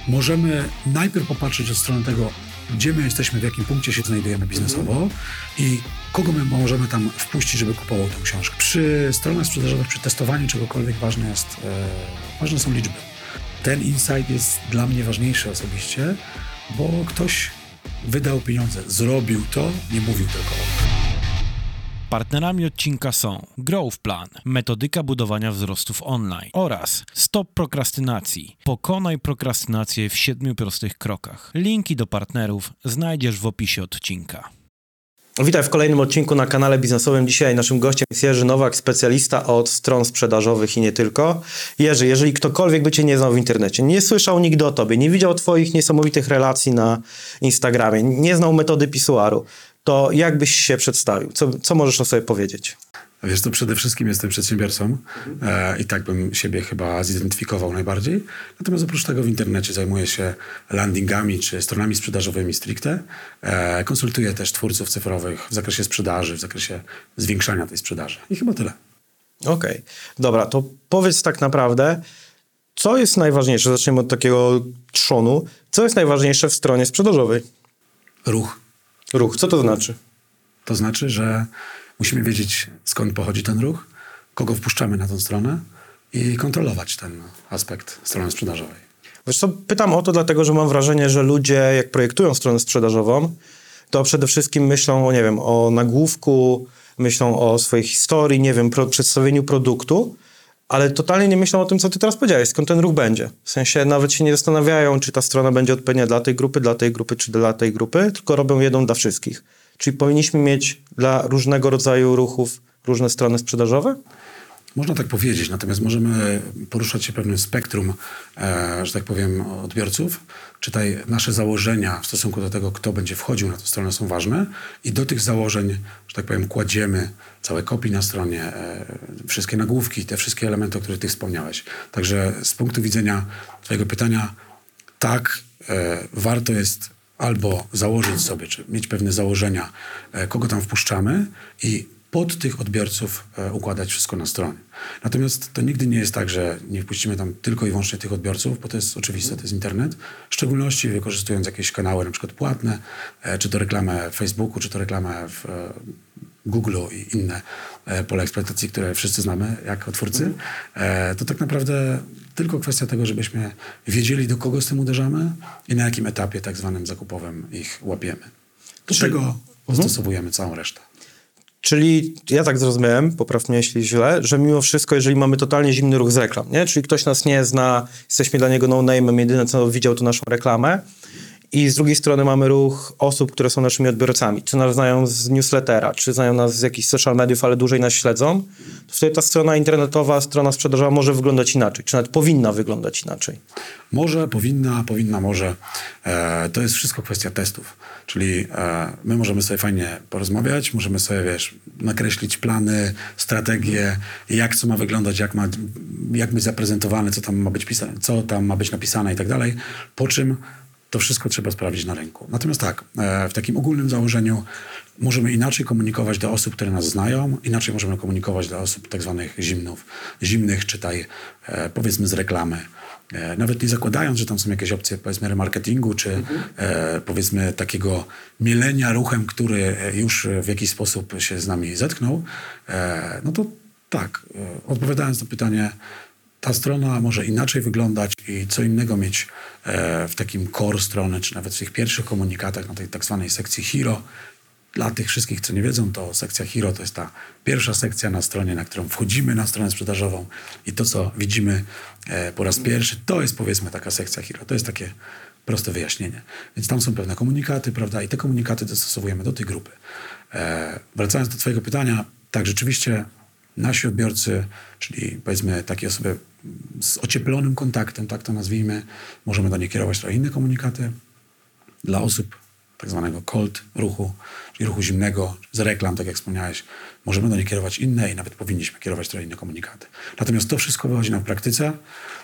możemy najpierw popatrzeć od strony tego, gdzie my jesteśmy, w jakim punkcie się znajdujemy biznesowo i kogo my możemy tam wpuścić, żeby kupował tę książkę. Przy stronach sprzedażowych, przy testowaniu czegokolwiek ważne są liczby. Ten insight jest dla mnie ważniejszy osobiście, bo ktoś wydał pieniądze, zrobił to, nie mówił tylko o tym. Partnerami odcinka są Growth Plan, metodyka budowania wzrostów online oraz Stop Prokrastynacji. Pokonaj prokrastynację w 7 prostych krokach. Linki do partnerów znajdziesz w opisie odcinka. Witaj w kolejnym odcinku na kanale biznesowym. Dzisiaj naszym gościem jest Jerzy Nowak, specjalista od stron sprzedażowych i nie tylko. Jerzy, jeżeli ktokolwiek by Cię nie znał w internecie, nie słyszał nigdy o Tobie, nie widział Twoich niesamowitych relacji na Instagramie, nie znał metody pisuaru, to jak byś się przedstawił? Co możesz o sobie powiedzieć? Wiesz, to przede wszystkim jestem przedsiębiorcą i tak bym siebie chyba zidentyfikował najbardziej. Natomiast oprócz tego w internecie zajmuję się landingami czy stronami sprzedażowymi stricte. Konsultuję też twórców cyfrowych w zakresie sprzedaży, w zakresie zwiększania tej sprzedaży. I chyba tyle. Okej. Dobra, to powiedz tak naprawdę, co jest najważniejsze, zaczniemy od takiego trzonu, co jest najważniejsze w stronie sprzedażowej? Ruch. Ruch, co to znaczy? To znaczy, że musimy wiedzieć, skąd pochodzi ten ruch, kogo wpuszczamy na tę stronę i kontrolować ten aspekt strony sprzedażowej. Wiesz co, pytam o to dlatego, że mam wrażenie, że ludzie jak projektują stronę sprzedażową, to przede wszystkim myślą o, nie wiem, o nagłówku, myślą o swojej historii, nie wiem, przedstawieniu produktu, ale totalnie nie myślą o tym, co ty teraz powiedziałeś, skąd ten ruch będzie. W sensie nawet się nie zastanawiają, czy ta strona będzie odpowiednia dla tej grupy, czy dla tej grupy, tylko robią jedną dla wszystkich. Czyli powinniśmy mieć dla różnego rodzaju ruchów różne strony sprzedażowe? Można tak powiedzieć, natomiast możemy poruszać się pewnym spektrum, że tak powiem, odbiorców. Czytaj, nasze założenia w stosunku do tego, kto będzie wchodził na tę stronę, są ważne i do tych założeń, że tak powiem, kładziemy całe kopii na stronie, wszystkie nagłówki, te wszystkie elementy, o których ty wspomniałeś. Także z punktu widzenia twojego pytania, tak, warto jest albo założyć sobie, czy mieć pewne założenia, kogo tam wpuszczamy i pod tych odbiorców układać wszystko na stronie. Natomiast to nigdy nie jest tak, że nie wpuścimy tam tylko i wyłącznie tych odbiorców, bo to jest oczywiste, to jest internet, w szczególności wykorzystując jakieś kanały na przykład płatne, czy to reklamę w Facebooku, czy to reklamę w Google'u i inne pola eksploatacji, które wszyscy znamy jako twórcy, to tak naprawdę tylko kwestia tego, żebyśmy wiedzieli, do kogo z tym uderzamy i na jakim etapie tak zwanym zakupowym ich łapiemy. Do tego dostosowujemy całą resztę. Czyli ja tak zrozumiałem, popraw mnie jeśli źle, że mimo wszystko, jeżeli mamy totalnie zimny ruch z reklam, nie? Czyli ktoś nas nie zna, jesteśmy dla niego no-name'em, jedyne co widział to naszą reklamę i z drugiej strony mamy ruch osób, które są naszymi odbiorcami, czy nas znają z newslettera, czy znają nas z jakichś social mediów, ale dłużej nas śledzą, to wtedy ta strona internetowa, strona sprzedażowa może wyglądać inaczej, czy nawet powinna wyglądać inaczej. Może, powinna, może. To jest wszystko kwestia testów. Czyli my możemy sobie fajnie porozmawiać, możemy sobie, wiesz, nakreślić plany, strategie, jak co ma wyglądać, jak być zaprezentowane, co tam ma być pisane, co tam ma być napisane i tak dalej. Po czym to wszystko trzeba sprawdzić na rynku. Natomiast tak, w takim ogólnym założeniu możemy inaczej komunikować do osób, które nas znają, inaczej możemy komunikować do osób tak zwanych zimnych, czytaj, powiedzmy z reklamy. Nawet nie zakładając, że tam są jakieś opcje, powiedzmy, remarketingu, czy powiedzmy takiego mielenia ruchem, który już w jakiś sposób się z nami zetknął, no to tak, odpowiadając na pytanie, ta strona może inaczej wyglądać i co innego mieć w takim core strony, czy nawet w tych pierwszych komunikatach na tej tak zwanej sekcji Hero. Dla tych wszystkich, co nie wiedzą, to sekcja Hero to jest ta pierwsza sekcja na stronie, na którą wchodzimy na stronę sprzedażową i to, co widzimy po raz pierwszy, to jest powiedzmy taka sekcja Hero. To jest takie proste wyjaśnienie. Więc tam są pewne komunikaty, prawda? I te komunikaty dostosowujemy do tej grupy. Wracając do twojego pytania, tak, rzeczywiście nasi odbiorcy, czyli powiedzmy takie osoby z ocieplonym kontaktem, tak to nazwijmy, możemy do nich kierować trochę inne komunikaty. Dla osób tak zwanego cold ruchu, czyli ruchu zimnego, z reklam, tak jak wspomniałeś, możemy do nich kierować inne i nawet powinniśmy kierować trochę inne komunikaty. Natomiast to wszystko wychodzi nam w praktyce.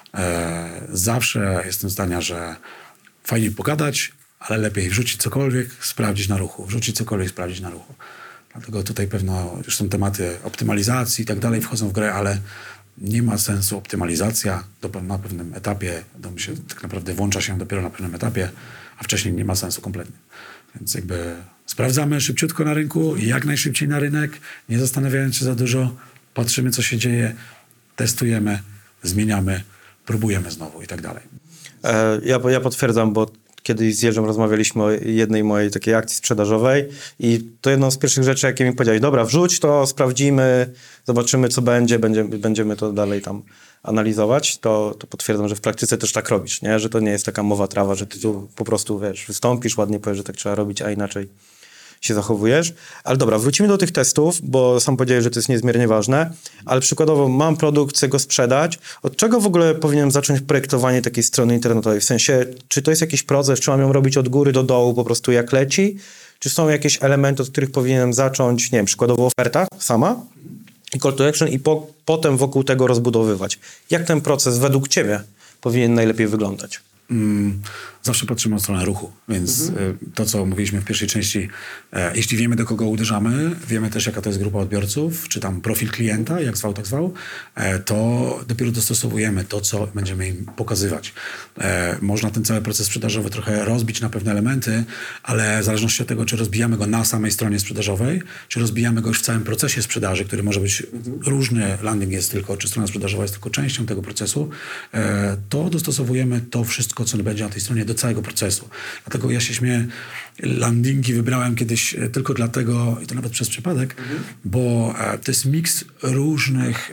Zawsze jestem zdania, że fajnie pogadać, ale lepiej wrzucić cokolwiek, sprawdzić na ruchu. Wrzucić cokolwiek, sprawdzić na ruchu. Dlatego tutaj pewno już są tematy optymalizacji i tak dalej wchodzą w grę, ale nie ma sensu optymalizacja na pewnym etapie, tak naprawdę włącza się dopiero na pewnym etapie, a wcześniej nie ma sensu kompletnie. Więc jakby sprawdzamy szybciutko na rynku, jak najszybciej na rynek, nie zastanawiając się za dużo, patrzymy, co się dzieje, testujemy, zmieniamy, próbujemy znowu i tak dalej. Ja potwierdzam, bo kiedyś z Jerzym rozmawialiśmy o jednej mojej takiej akcji sprzedażowej i to jedną z pierwszych rzeczy, jakie mi powiedziałeś, dobra, wrzuć to, sprawdzimy, zobaczymy, co będziemy to dalej tam analizować, to potwierdzam, że w praktyce też tak robisz, nie? Że to nie jest taka mowa trawa, że ty tu po prostu, wiesz, wystąpisz, ładnie powiesz, że tak trzeba robić, a inaczej się zachowujesz. Ale dobra, wrócimy do tych testów, bo sam powiedziałeś, że to jest niezmiernie ważne, ale przykładowo mam produkt, chcę go sprzedać. Od czego w ogóle powinienem zacząć projektowanie takiej strony internetowej? W sensie, czy to jest jakiś proces, czy mam ją robić od góry do dołu, po prostu jak leci? Czy są jakieś elementy, od których powinienem zacząć, nie wiem, przykładowo oferta sama i call to action i potem wokół tego rozbudowywać? Jak ten proces według ciebie powinien najlepiej wyglądać? Zawsze patrzymy od strony ruchu, więc to, co mówiliśmy w pierwszej części, jeśli wiemy, do kogo uderzamy, wiemy też, jaka to jest grupa odbiorców, czy tam profil klienta, jak zwał, tak zwał, to dopiero dostosowujemy to, co będziemy im pokazywać. Można ten cały proces sprzedażowy trochę rozbić na pewne elementy, ale w zależności od tego, czy rozbijamy go na samej stronie sprzedażowej, czy rozbijamy go już w całym procesie sprzedaży, który może być różny, landing jest tylko, czy strona sprzedażowa jest tylko częścią tego procesu, to dostosowujemy to wszystko, co będzie na tej stronie, do całego procesu. Dlatego ja się śmieję, landingi wybrałem kiedyś tylko dlatego, i to nawet przez przypadek, bo to jest miks różnych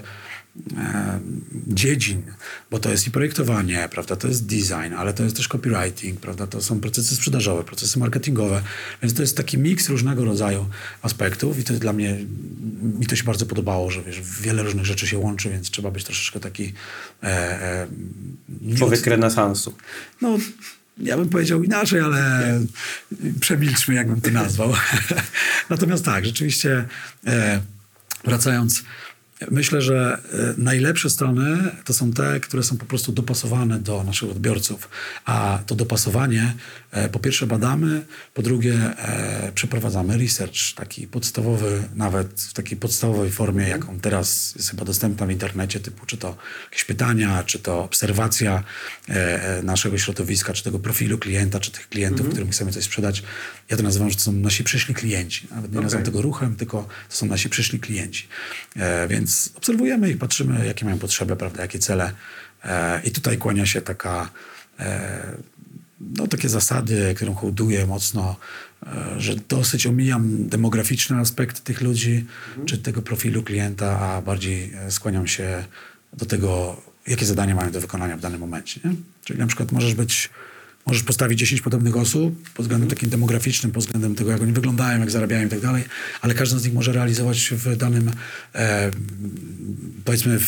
dziedzin, bo to jest i projektowanie, prawda, to jest design, ale to jest też copywriting, prawda, to są procesy sprzedażowe, procesy marketingowe, więc to jest taki miks różnego rodzaju aspektów i to jest dla mnie, mi to się bardzo podobało, że wiesz, wiele różnych rzeczy się łączy, więc trzeba być troszeczkę taki Człowiek renesansu. No, ja bym powiedział inaczej, ale przemilczmy, jak bym to nazwał. Natomiast tak, rzeczywiście wracając, myślę, że najlepsze strony to są te, które są po prostu dopasowane do naszych odbiorców. A to dopasowanie po pierwsze badamy, po drugie przeprowadzamy research, taki podstawowy, nawet w takiej podstawowej formie, jaką teraz jest chyba dostępna w internecie, typu czy to jakieś pytania, czy to obserwacja naszego środowiska, czy tego profilu klienta, czy tych klientów, którym chcemy coś sprzedać. Ja to nazywam, że to są nasi przyszli klienci. Nawet nie nazywam tego ruchem, tylko to są nasi przyszli klienci. Więc obserwujemy ich, patrzymy, jakie mają potrzeby, prawda, jakie cele. I tutaj kłania się taka, takie zasady, którą hołduję mocno, że dosyć omijam demograficzny aspekt tych ludzi, czy tego profilu klienta, a bardziej skłaniam się do tego, jakie zadania mają do wykonania w danym momencie. Nie? Czyli na przykład możesz postawić 10 podobnych osób pod względem takim demograficznym, pod względem tego, jak oni wyglądają, jak zarabiają i tak dalej, ale każdy z nich może realizować w danym, powiedzmy,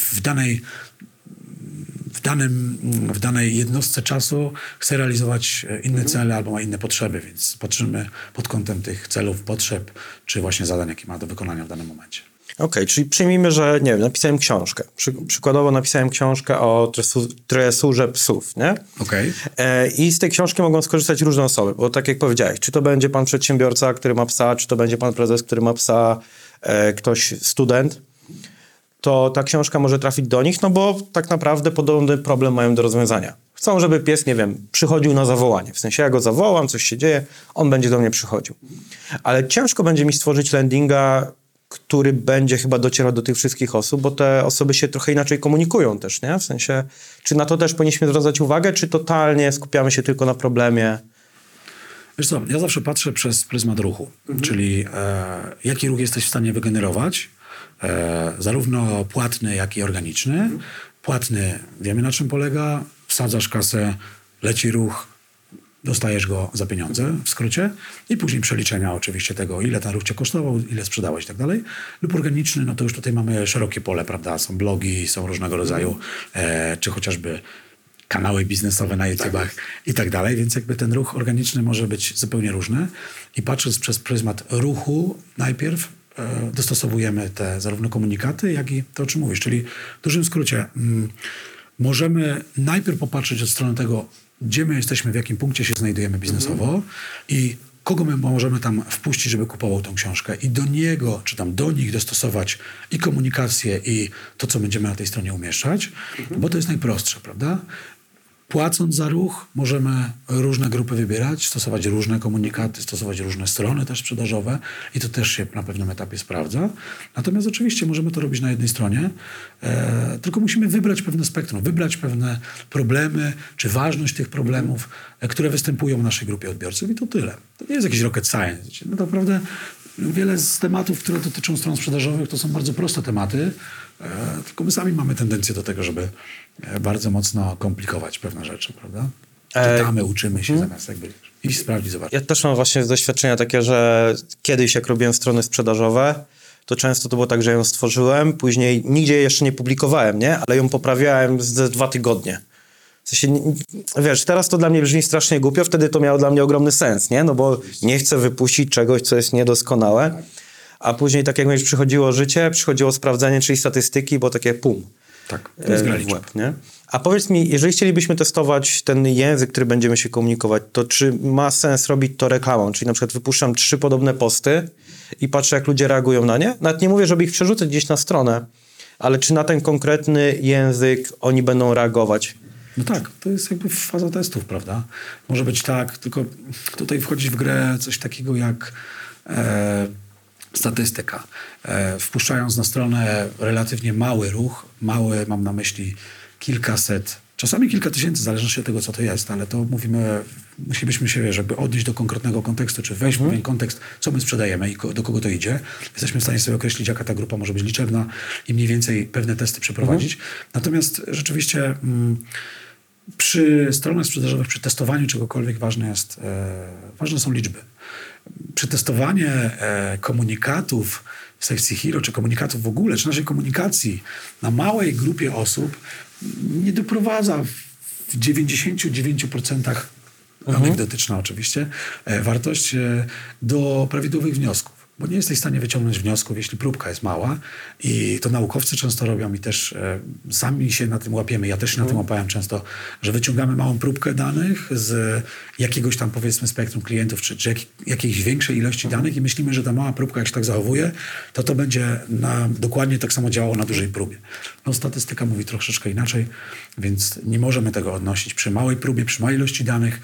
w danej jednostce czasu chce realizować inne cele albo ma inne potrzeby, więc patrzymy pod kątem tych celów, potrzeb, czy właśnie zadań, jakie ma do wykonania w danym momencie. Okej, czyli przyjmijmy, że nie wiem, napisałem książkę. Przykładowo napisałem książkę o tresurze psów, nie? Okej. I z tej książki mogą skorzystać różne osoby, bo tak jak powiedziałeś, czy to będzie pan przedsiębiorca, który ma psa, czy to będzie pan prezes, który ma psa, ktoś student, to ta książka może trafić do nich, no bo tak naprawdę podobny problem mają do rozwiązania. Chcą, żeby pies, nie wiem, przychodził na zawołanie. W sensie ja go zawołam, coś się dzieje, on będzie do mnie przychodził. Ale ciężko będzie mi stworzyć landinga, który będzie chyba docierał do tych wszystkich osób, bo te osoby się trochę inaczej komunikują też, nie? W sensie, czy na to też powinniśmy zwracać uwagę, czy totalnie skupiamy się tylko na problemie? Wiesz co, ja zawsze patrzę przez pryzmat ruchu, czyli jaki ruch jesteś w stanie wygenerować, zarówno płatny, jak i organiczny. Płatny, wiemy na czym polega, wsadzasz kasę, leci ruch, dostajesz go za pieniądze, w skrócie, i później przeliczenia oczywiście tego, ile ten ruch cię kosztował, ile sprzedałeś i tak dalej. Lub organiczny, no to już tutaj mamy szerokie pole, prawda? Są blogi, są różnego rodzaju, czy chociażby kanały biznesowe na YouTubach i tak dalej, więc jakby ten ruch organiczny może być zupełnie różny i patrząc przez pryzmat ruchu najpierw dostosowujemy te zarówno komunikaty, jak i to, o czym mówisz, czyli w dużym skrócie możemy najpierw popatrzeć od strony tego, gdzie my jesteśmy, w jakim punkcie się znajdujemy biznesowo i kogo my możemy tam wpuścić, żeby kupował tą książkę i do niego, czy tam do nich dostosować i komunikację, i to, co będziemy na tej stronie umieszczać, bo to jest najprostsze, prawda? Płacąc za ruch, możemy różne grupy wybierać, stosować różne komunikaty, stosować różne strony też sprzedażowe i to też się na pewnym etapie sprawdza. Natomiast oczywiście możemy to robić na jednej stronie, tylko musimy wybrać pewne spektrum, wybrać pewne problemy, czy ważność tych problemów, które występują w naszej grupie odbiorców i to tyle. To nie jest jakiś rocket science. No to naprawdę wiele z tematów, które dotyczą stron sprzedażowych, to są bardzo proste tematy, tylko my sami mamy tendencję do tego, żeby bardzo mocno komplikować pewne rzeczy, prawda? Czytamy, uczymy się zamiast jakby iść sprawdzić, zobaczyć. Ja też mam właśnie doświadczenia takie, że kiedyś jak robiłem strony sprzedażowe, to często to było tak, że ją stworzyłem, później nigdzie jeszcze nie publikowałem, nie? Ale ją poprawiałem ze 2 tygodnie. W sensie, wiesz, teraz to dla mnie brzmi strasznie głupio, wtedy to miało dla mnie ogromny sens, nie? No bo nie chcę wypuścić czegoś, co jest niedoskonałe, a później tak jak przychodziło życie, przychodziło sprawdzanie, czyli statystyki, bo takie pum. Tak, to jest w łeb, nie? A powiedz mi, jeżeli chcielibyśmy testować ten język, który będziemy się komunikować, to czy ma sens robić to reklamą? Czyli na przykład wypuszczam 3 podobne posty i patrzę, jak ludzie reagują na nie? Nawet nie mówię, żeby ich przerzucać gdzieś na stronę, ale czy na ten konkretny język oni będą reagować? No tak, to jest jakby faza testów, prawda? Może być tak, tylko tutaj wchodzi w grę coś takiego jak statystyka. Wpuszczając na stronę relatywnie mały ruch, mały mam na myśli kilkaset, czasami kilka tysięcy, w zależności od tego, co to jest, ale to mówimy, musielibyśmy się, żeby odnieść do konkretnego kontekstu, czy wejść w pewien kontekst, co my sprzedajemy i do kogo to idzie. Jesteśmy w stanie sobie określić, jaka ta grupa może być liczebna i mniej więcej pewne testy przeprowadzić. Natomiast rzeczywiście przy stronach sprzedażowych, przy testowaniu czegokolwiek ważne są liczby. Przetestowanie komunikatów w sekcji Hero, czy komunikatów w ogóle, czy naszej komunikacji na małej grupie osób nie doprowadza w 99% anegdotyczna oczywiście wartość do prawidłowych wniosków. Bo nie jesteś w stanie wyciągnąć wniosków, jeśli próbka jest mała i to naukowcy często robią i też sami się na tym łapiemy. Ja też się na tym łapałem często, że wyciągamy małą próbkę danych z jakiegoś tam powiedzmy spektrum klientów czy jakiejś większej ilości danych i myślimy, że ta mała próbka jak się tak zachowuje, to będzie dokładnie tak samo działało na dużej próbie. No statystyka mówi troszeczkę inaczej, więc nie możemy tego odnosić przy małej próbie, przy małej ilości danych.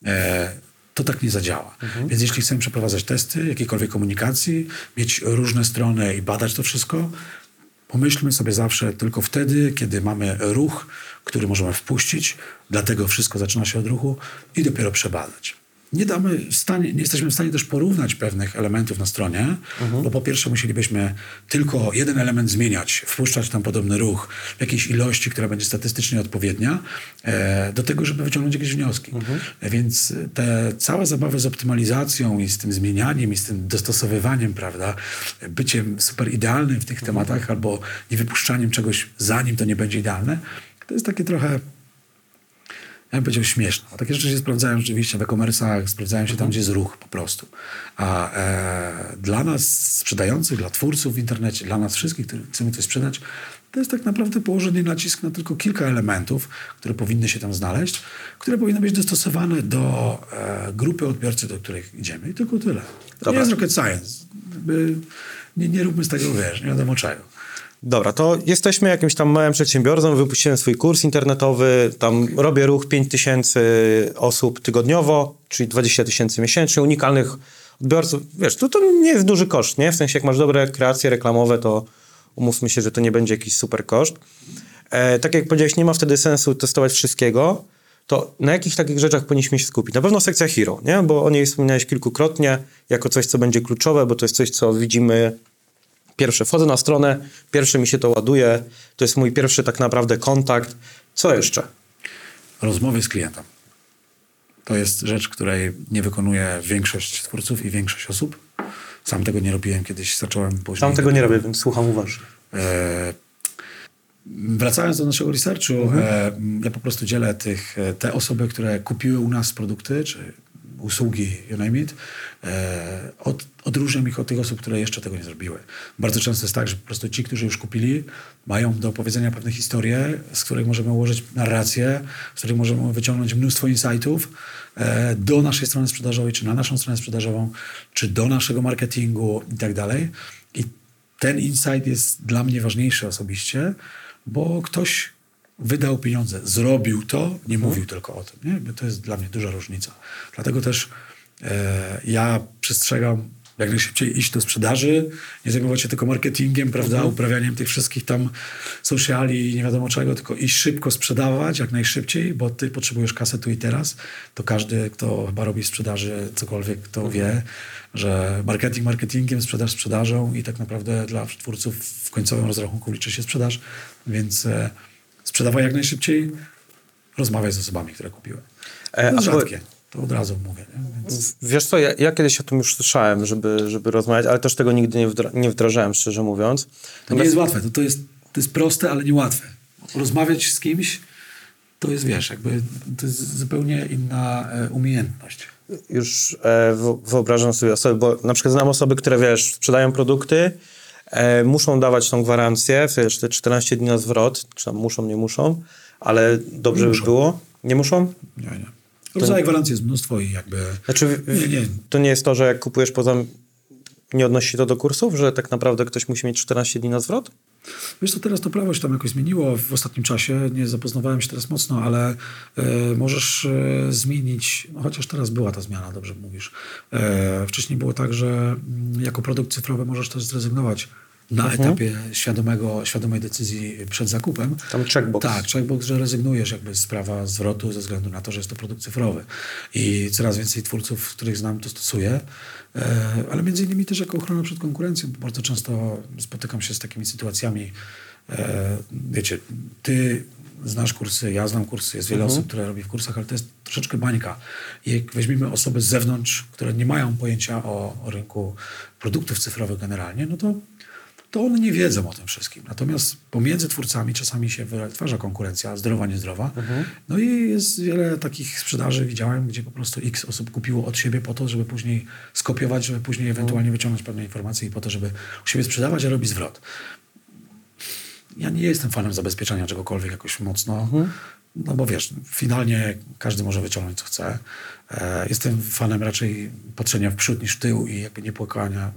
To tak nie zadziała. Więc jeśli chcemy przeprowadzać testy jakiejkolwiek komunikacji, mieć różne strony i badać to wszystko, pomyślmy sobie zawsze tylko wtedy, kiedy mamy ruch, który możemy wpuścić, dlatego wszystko zaczyna się od ruchu i dopiero przebadać. Nie jesteśmy w stanie też porównać pewnych elementów na stronie, bo po pierwsze musielibyśmy tylko jeden element zmieniać, wpuszczać tam podobny ruch w jakiejś ilości, która będzie statystycznie odpowiednia, do tego, żeby wyciągnąć jakieś wnioski. Więc te całe zabawy z optymalizacją i z tym zmienianiem i z tym dostosowywaniem, prawda, byciem super idealnym w tych tematach albo nie wypuszczaniem czegoś, zanim to nie będzie idealne, to jest takie trochę, ja bym powiedział, śmieszne. A takie rzeczy się sprawdzają rzeczywiście w e-commerce'ach, sprawdzają się tam, gdzie jest ruch po prostu. A dla nas sprzedających, dla twórców w internecie, dla nas wszystkich, którzy chcemy coś sprzedać, to jest tak naprawdę położenie nacisku na tylko kilka elementów, które powinny się tam znaleźć, które powinny być dostosowane do grupy odbiorcy, do których idziemy. I tylko tyle. To nie jest rocket science. Nie róbmy z tego, wiesz, nie wiadomo czego. Dobra, to jesteśmy jakimś tam małym przedsiębiorcą, wypuściłem swój kurs internetowy, tam robię ruch 5000 osób tygodniowo, czyli 20 000 miesięcznie, unikalnych odbiorców. Wiesz, to nie jest duży koszt, nie? W sensie, jak masz dobre kreacje reklamowe, to umówmy się, że to nie będzie jakiś super koszt. Tak jak powiedziałeś, nie ma wtedy sensu testować wszystkiego, to na jakich takich rzeczach powinniśmy się skupić? Na pewno sekcja Hero, nie? Bo o niej wspominałeś kilkukrotnie, jako coś, co będzie kluczowe, bo to jest coś, co widzimy. Pierwsze, wchodzę na stronę, pierwsze mi się to ładuje, to jest mój pierwszy tak naprawdę kontakt. Co jeszcze? Rozmowy z klientem. To jest rzecz, której nie wykonuje większość twórców i większość osób. Sam tego nie robiłem, kiedyś zacząłem później. Sam tego nie robię, więc słucham uważnie. Wracając do naszego researchu, ja po prostu dzielę te osoby, które kupiły u nas produkty, czy usługi, you name it, odróżniam ich od tych osób, które jeszcze tego nie zrobiły. Bardzo często jest tak, że po prostu ci, którzy już kupili, mają do opowiedzenia pewne historie, z których możemy ułożyć narrację, z których możemy wyciągnąć mnóstwo insightów do naszej strony sprzedażowej, czy na naszą stronę sprzedażową, czy do naszego marketingu i tak dalej. I ten insight jest dla mnie ważniejszy osobiście, bo ktoś wydał pieniądze, zrobił to, nie mówił tylko o tym. Nie? To jest dla mnie duża różnica. Dlatego też ja przestrzegam jak najszybciej iść do sprzedaży, nie zajmować się tylko marketingiem, prawda, uprawianiem tych wszystkich tam sociali i nie wiadomo czego, tylko iść szybko sprzedawać jak najszybciej, bo ty potrzebujesz kasy tu i teraz. To każdy, kto chyba robi w sprzedaży cokolwiek, to wie, że marketing marketingiem, sprzedaż sprzedażą i tak naprawdę dla twórców w końcowym rozrachunku liczy się sprzedaż, więc sprzedawaj jak najszybciej, rozmawiaj z osobami, które kupiły. To jest rzadkie. To od razu mówię. Nie? Więc... Wiesz co, ja kiedyś o tym już słyszałem, żeby rozmawiać, ale też tego nigdy nie wdrażałem, szczerze mówiąc. To nie jest łatwe. To jest proste, ale niełatwe. Rozmawiać z kimś to jest, wiesz, jakby to jest zupełnie inna umiejętność. Już wyobrażam sobie osoby, bo na przykład znam osoby, które, wiesz, sprzedają produkty, muszą dawać tą gwarancję, wiesz, te 14 dni na zwrot, czy tam muszą, nie muszą, ale dobrze by było. Nie muszą? Nie. Rodzaj gwarancji jest mnóstwo i jakby... Znaczy, to nie jest to, że jak kupujesz nie odnosi się to do kursów, że tak naprawdę ktoś musi mieć 14 dni na zwrot? Wiesz co, teraz to prawo się tam jakoś zmieniło w ostatnim czasie. Nie zapoznawałem się teraz mocno, ale możesz zmienić, no chociaż teraz była ta zmiana, dobrze mówisz. Wcześniej było tak, że jako produkt cyfrowy możesz też zrezygnować na etapie świadomej decyzji przed zakupem. Tam checkbox. Tak, checkbox, że rezygnujesz jakby z prawa zwrotu ze względu na to, że jest to produkt cyfrowy. I coraz więcej twórców, których znam, to stosuje. Ale między innymi też jako ochrona przed konkurencją. Bardzo często spotykam się z takimi sytuacjami. Wiecie, ty znasz kursy, ja znam kursy, jest wiele osób, które robi w kursach, ale to jest troszeczkę bańka. I jak weźmiemy osoby z zewnątrz, które nie mają pojęcia o rynku produktów cyfrowych generalnie, no to one nie wiedzą o tym wszystkim. Natomiast pomiędzy twórcami czasami się wytwarza konkurencja, zdrowa, niezdrowa. No i jest wiele takich sprzedaży, widziałem, gdzie po prostu x osób kupiło od siebie po to, żeby później skopiować, żeby później ewentualnie wyciągnąć pewne informacje i po to, żeby u siebie sprzedawać, a robi zwrot. Ja nie jestem fanem zabezpieczania czegokolwiek jakoś mocno, no bo wiesz, finalnie każdy może wyciągnąć co chce. Jestem fanem raczej patrzenia w przód niż w tył i jakby nie płakania,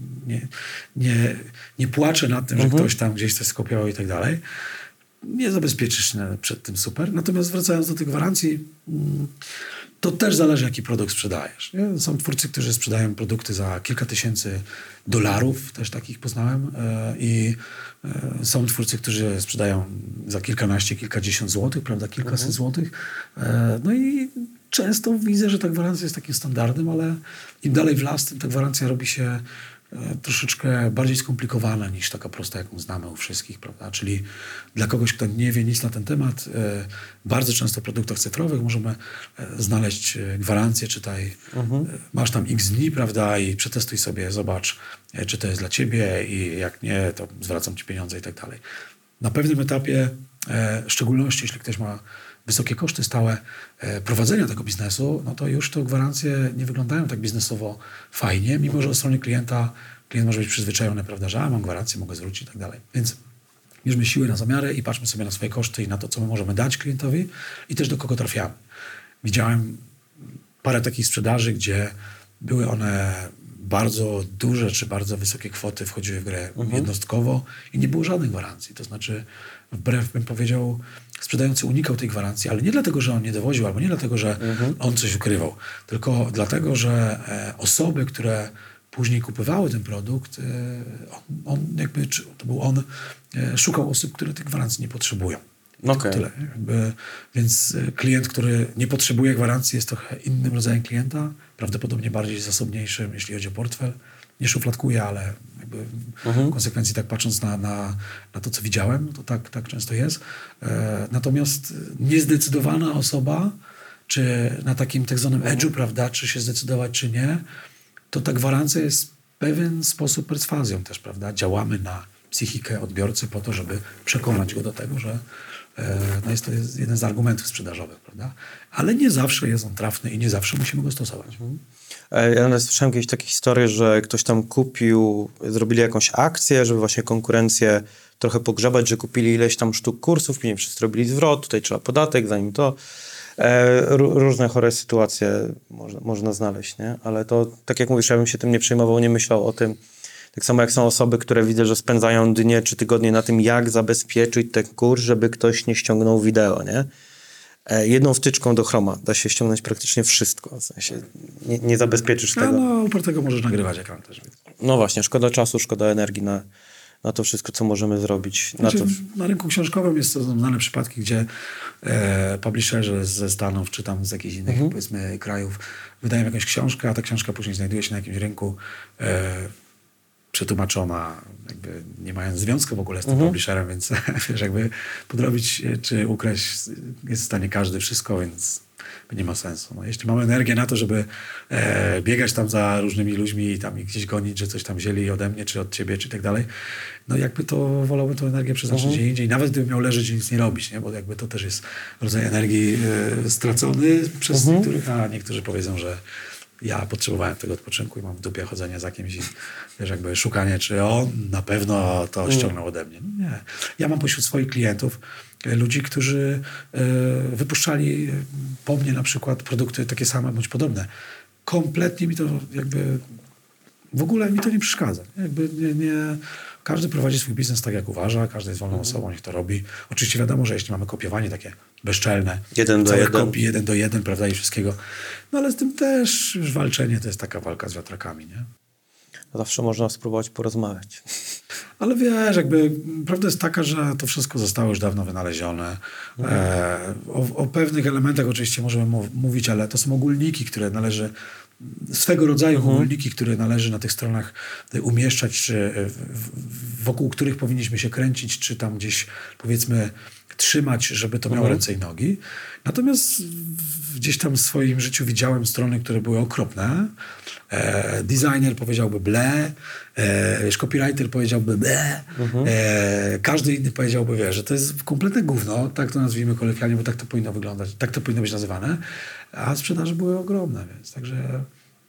nie płaczę nad tym, że ktoś tam gdzieś coś skopiował i tak dalej. Nie zabezpieczysz się przed tym super. Natomiast wracając do tych gwarancji, to też zależy, jaki produkt sprzedajesz. Nie? Są twórcy, którzy sprzedają produkty za kilka tysięcy dolarów, też takich poznałem, i są twórcy, którzy sprzedają za kilkanaście, kilkadziesiąt złotych, prawda, kilkaset złotych. No i często widzę, że ta gwarancja jest takim standardem, ale im dalej w las, tym ta gwarancja robi się troszeczkę bardziej skomplikowana niż taka prosta, jaką znamy u wszystkich, prawda? Czyli dla kogoś, kto nie wie nic na ten temat, bardzo często w produktach cyfrowych możemy znaleźć gwarancję, czytaj, masz tam x dni, prawda, i przetestuj sobie, zobacz, czy to jest dla ciebie i jak nie, to zwracam ci pieniądze i tak dalej. Na pewnym etapie, w szczególności jeśli ktoś ma wysokie koszty stałe prowadzenia tego biznesu, no to już te gwarancje nie wyglądają tak biznesowo fajnie, mimo że od strony klient może być przyzwyczajony, prawda, że mam gwarancję, mogę zwrócić i tak dalej. Więc bierzmy siły na zamiary i patrzmy sobie na swoje koszty i na to, co my możemy dać klientowi i też do kogo trafiamy. Widziałem parę takich sprzedaży, gdzie były one bardzo duże czy bardzo wysokie kwoty wchodziły w grę jednostkowo i nie było żadnej gwarancji. To znaczy, wbrew, bym powiedział, sprzedający unikał tej gwarancji, ale nie dlatego, że on nie dowoził, albo nie dlatego, że on coś ukrywał, tylko dlatego, że osoby, które później kupowały ten produkt, on szukał osób, które tej gwarancji nie potrzebują. Okay. Tyle. Więc klient, który nie potrzebuje gwarancji, jest trochę innym rodzajem klienta, prawdopodobnie bardziej zasobniejszym, jeśli chodzi o portfel. Nie szufladkuję, ale jakby w konsekwencji tak patrząc na to, co widziałem, to tak często jest. Natomiast niezdecydowana osoba, czy na takim tak zwanym edge'u, prawda, czy się zdecydować, czy nie, to ta gwarancja jest w pewien sposób perswazją też, prawda? Działamy na psychikę odbiorcy po to, żeby przekonać go do tego, że no jest to jeden z argumentów sprzedażowych, prawda? Ale nie zawsze jest on trafny i nie zawsze musimy go stosować. Ja nawet słyszałem kiedyś takie historie, że ktoś tam kupił, zrobili jakąś akcję, żeby właśnie konkurencję trochę pogrzebać, że kupili ileś tam sztuk kursów, później wszyscy robili zwrot, tutaj trzeba podatek, zanim to. Różne chore sytuacje można znaleźć, nie? Ale to, tak jak mówisz, ja bym się tym nie przejmował, nie myślał o tym. Tak samo jak są osoby, które widzę, że spędzają dnie czy tygodnie na tym, jak zabezpieczyć ten kurs, żeby ktoś nie ściągnął wideo, nie? Jedną wtyczką do Chroma da się ściągnąć praktycznie wszystko. W sensie nie zabezpieczysz tego. No, oprócz tego możesz nagrywać ekran też. No właśnie, szkoda czasu, szkoda energii na to wszystko, co możemy zrobić. Znaczy, na rynku książkowym jest to znane przypadki, gdzie publisherzy ze Stanów, czy tam z jakichś innych, powiedzmy, krajów wydają jakąś książkę, a ta książka później znajduje się na jakimś rynku przetłumaczona, jakby nie mając związku w ogóle z tym publisherem, więc wiesz, jakby podrobić czy ukraść jest w stanie każdy wszystko, więc nie ma sensu. No, jeśli mamy energię na to, żeby biegać tam za różnymi ludźmi i tam ich gdzieś gonić, że coś tam wzięli ode mnie, czy od ciebie, czy tak dalej, no jakby to wolałbym tę energię przeznaczyć gdzie indziej. Nawet gdybym miał leżeć i nic nie robić, nie? Bo jakby to też jest rodzaj energii stracony przez niektórych, a niektórzy powiedzą, że ja potrzebowałem tego odpoczynku i mam w dupie chodzenie za kimś i wiesz, jakby szukanie, czy on na pewno to ściągnął ode mnie. No nie. Ja mam pośród swoich klientów ludzi, którzy wypuszczali po mnie na przykład produkty takie same bądź podobne. Kompletnie mi to jakby w ogóle mi to nie przeszkadza. Jakby nie każdy prowadzi swój biznes tak, jak uważa, każdy jest wolną osobą, niech to robi. Oczywiście wiadomo, że jeśli mamy kopiowanie takie bezczelne, 1 do 1. kopii 1 do 1, prawda, i wszystkiego, no ale z tym też już walczenie to jest taka walka z wiatrakami, nie? Zawsze można spróbować porozmawiać. Ale wiesz, jakby prawda jest taka, że to wszystko zostało już dawno wynalezione. O pewnych elementach oczywiście możemy mówić, ale to są ogólniki, które należy, swego rodzaju ogólniki, które należy na tych stronach umieszczać, czy wokół których powinniśmy się kręcić, czy tam gdzieś powiedzmy trzymać, żeby to miało ręce i nogi. Natomiast gdzieś tam w swoim życiu widziałem strony, które były okropne. Designer powiedziałby ble, copywriter powiedziałby ble, każdy inny powiedziałby, wiesz, że to jest kompletne gówno, tak to nazwijmy kolokwialnie, bo tak to powinno wyglądać, tak to powinno być nazywane, a sprzedaże były ogromne, więc także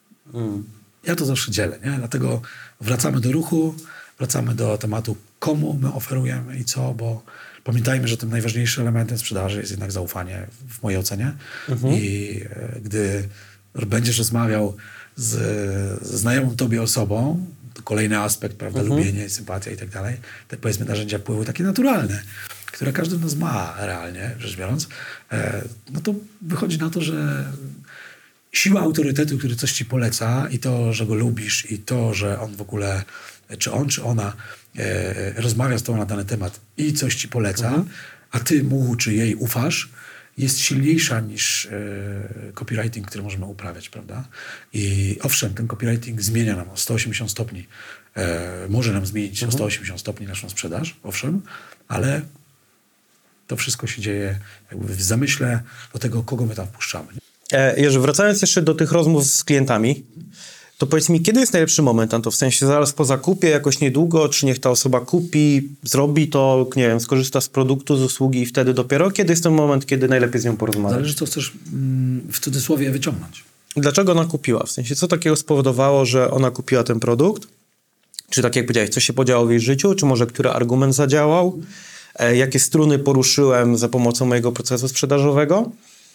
ja to zawsze dzielę, nie? Dlatego wracamy do ruchu, wracamy do tematu, komu my oferujemy i co, bo pamiętajmy, że tym najważniejszym elementem sprzedaży jest jednak zaufanie, w mojej ocenie. I gdy będziesz rozmawiał z znajomą tobie osobą, to kolejny aspekt, prawda, lubienie, sympatia i tak dalej, te powiedzmy narzędzia wpływu takie naturalne, które każdy z nas ma realnie, rzecz biorąc, no to wychodzi na to, że siła autorytetu, który coś ci poleca i to, że go lubisz i to, że on w ogóle, czy on, czy ona rozmawia z tobą na dany temat i coś ci poleca, a ty mu czy jej ufasz, jest silniejsza niż copywriting, który możemy uprawiać, prawda? I owszem, ten copywriting zmienia nam o 180 stopni. Może nam zmienić o 180 stopni naszą sprzedaż, owszem, ale to wszystko się dzieje jakby w zamyśle do tego, kogo my tam wpuszczamy. Jerzy, wracając jeszcze do tych rozmów z klientami, to powiedz mi, kiedy jest najlepszy moment, Anto? W sensie zaraz po zakupie, jakoś niedługo, czy niech ta osoba kupi, zrobi to, nie wiem, skorzysta z produktu, z usługi i wtedy dopiero? Kiedy jest ten moment, kiedy najlepiej z nią porozmawiać? Zależy, co chcesz w cudzysłowie wyciągnąć. Dlaczego ona kupiła? W sensie, co takiego spowodowało, że ona kupiła ten produkt? Czy tak jak powiedziałeś, coś się podziało w jej życiu? Czy może który argument zadziałał? Jakie struny poruszyłem za pomocą mojego procesu sprzedażowego?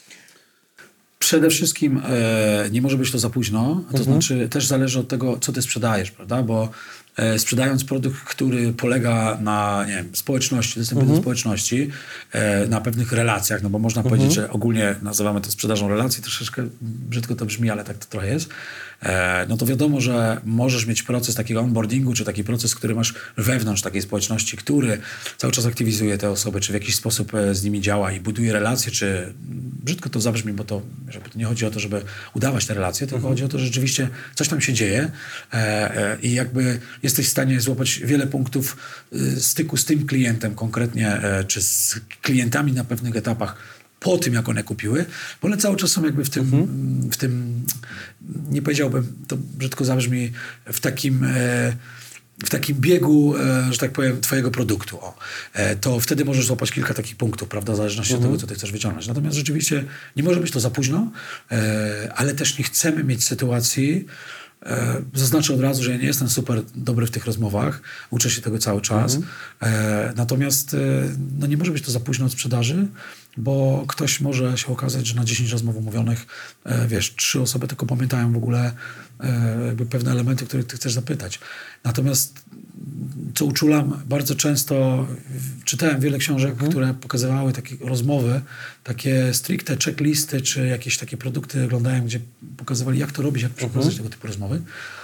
Przede wszystkim nie może być to za późno, to znaczy też zależy od tego, co ty sprzedajesz, prawda, bo sprzedając produkt, który polega na, nie wiem, społeczności, dostępie do społeczności, na pewnych relacjach, no bo można powiedzieć, że ogólnie nazywamy to sprzedażą relacji, troszeczkę brzydko to brzmi, ale tak to trochę jest, no to wiadomo, że możesz mieć proces takiego onboardingu, czy taki proces, który masz wewnątrz takiej społeczności, który cały czas aktywizuje te osoby, czy w jakiś sposób z nimi działa i buduje relacje, czy brzydko to zabrzmi, bo to nie chodzi o to, żeby udawać te relacje, tylko chodzi o to, że rzeczywiście coś tam się dzieje i jakby jesteś w stanie złapać wiele punktów styku z tym klientem konkretnie, czy z klientami na pewnych etapach po tym, jak one kupiły, bo one cały czas są jakby w tym nie powiedziałbym, to brzydko zabrzmi, w takim w takim biegu, że tak powiem, twojego produktu, to wtedy możesz złapać kilka takich punktów, prawda, w zależności od tego, co ty chcesz wyciągnąć. Natomiast rzeczywiście nie może być to za późno, ale też nie chcemy mieć sytuacji, zaznaczę od razu, że ja nie jestem super dobry w tych rozmowach, uczę się tego cały czas, natomiast no nie może być to za późno od sprzedaży, bo ktoś może się okazać, że na 10 rozmów umówionych, 3 osoby tylko pamiętają w ogóle jakby pewne elementy, które ty chcesz zapytać. Natomiast co uczulam, bardzo często czytałem wiele książek, które pokazywały takie rozmowy, takie stricte checklisty, czy jakieś takie produkty oglądałem, gdzie pokazywali, jak to robić, jak przeprowadzać tego typu rozmowy.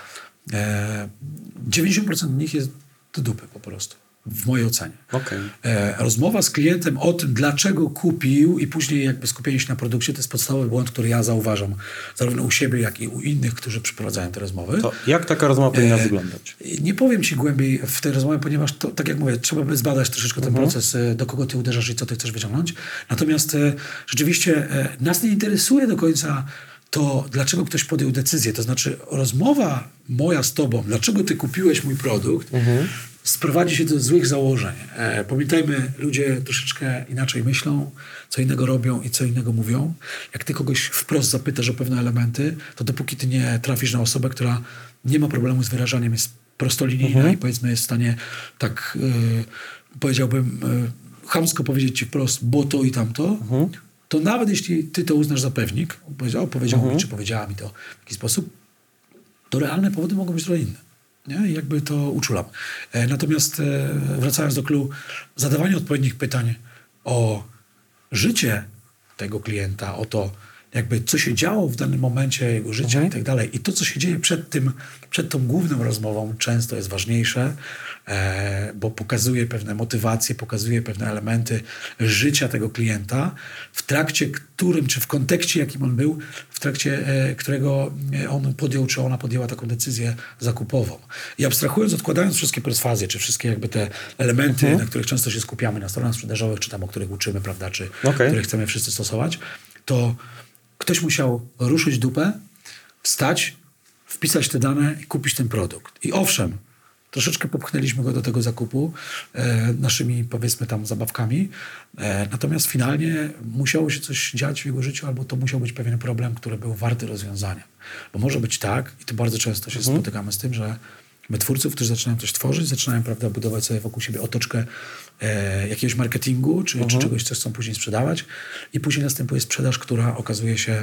90% z nich jest do dupy po prostu. W mojej ocenie. Rozmowa z klientem o tym, dlaczego kupił i później jakby skupienie się na produkcie, to jest podstawowy błąd, który ja zauważam zarówno u siebie, jak i u innych, którzy przeprowadzają te rozmowy. To jak taka rozmowa powinna wyglądać? Nie powiem ci głębiej w tej rozmowie, ponieważ to, tak jak mówię, trzeba by zbadać troszeczkę ten proces, do kogo ty uderzasz i co ty chcesz wyciągnąć. Natomiast rzeczywiście nas nie interesuje do końca to, dlaczego ktoś podjął decyzję. To znaczy rozmowa moja z tobą, dlaczego ty kupiłeś mój produkt, sprowadzi się do złych założeń. Pamiętajmy, ludzie troszeczkę inaczej myślą, co innego robią i co innego mówią. Jak ty kogoś wprost zapytasz o pewne elementy, to dopóki ty nie trafisz na osobę, która nie ma problemu z wyrażaniem, jest prostolinijna i powiedzmy jest w stanie tak, powiedziałbym, chamsko powiedzieć ci wprost, bo to i tamto, to nawet jeśli ty to uznasz za pewnik, powiedział mi, czy powiedziała mi to w taki sposób, to realne powody mogą być trochę inne. Nie? I jakby to uczulam. Natomiast wracając do clou, zadawanie odpowiednich pytań o życie tego klienta, o to, jakby co się działo w danym momencie jego życia i tak dalej. I to, co się dzieje przed tą główną rozmową, często jest ważniejsze, bo pokazuje pewne motywacje, pokazuje pewne elementy życia tego klienta, w trakcie którym, czy w kontekście, jakim on był, w trakcie którego on podjął, czy ona podjęła taką decyzję zakupową. I abstrahując, odkładając wszystkie perswazje, czy wszystkie jakby te elementy, na których często się skupiamy na stronach sprzedażowych, czy tam, o których uczymy, prawda, czy które chcemy wszyscy stosować, to ktoś musiał ruszyć dupę, wstać, wpisać te dane i kupić ten produkt. I owszem, troszeczkę popchnęliśmy go do tego zakupu naszymi, powiedzmy tam, zabawkami, natomiast finalnie musiało się coś dziać w jego życiu, albo to musiał być pewien problem, który był warty rozwiązania. Bo może być tak, i to bardzo często się spotykamy z tym, że my twórców, którzy zaczynają coś tworzyć, zaczynają, prawda, budować sobie wokół siebie otoczkę jakiegoś marketingu, czy czegoś, co chcą później sprzedawać, i później następuje sprzedaż, która okazuje się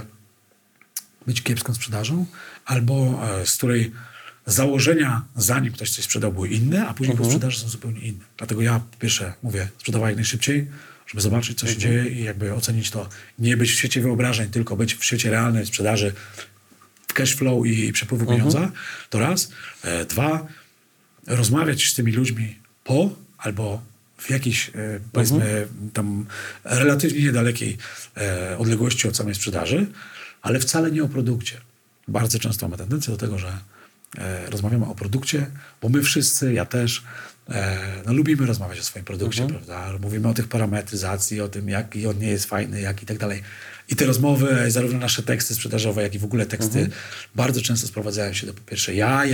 być kiepską sprzedażą, albo z której założenia, zanim ktoś coś sprzedał, były inne, a później po sprzedaży są zupełnie inne. Dlatego ja, po pierwsze, mówię, sprzedawaj jak najszybciej, żeby zobaczyć, co się dzieje i jakby ocenić to. Nie być w świecie wyobrażeń, tylko być w świecie realnej sprzedaży, w cash flow i przepływu pieniądza. To raz. 2. Rozmawiać z tymi ludźmi po albo w jakiejś, powiedzmy, tam relatywnie niedalekiej odległości od samej sprzedaży, ale wcale nie o produkcie. Bardzo często mamy tendencję do tego, że rozmawiamy o produkcie, bo my wszyscy, ja też, lubimy rozmawiać o swoim produkcie, prawda? Mówimy o tych parametryzacji, o tym, jaki on nie jest fajny, jak i tak dalej. I te rozmowy, zarówno nasze teksty sprzedażowe, jak i w ogóle teksty, bardzo często sprowadzają się do, po pierwsze,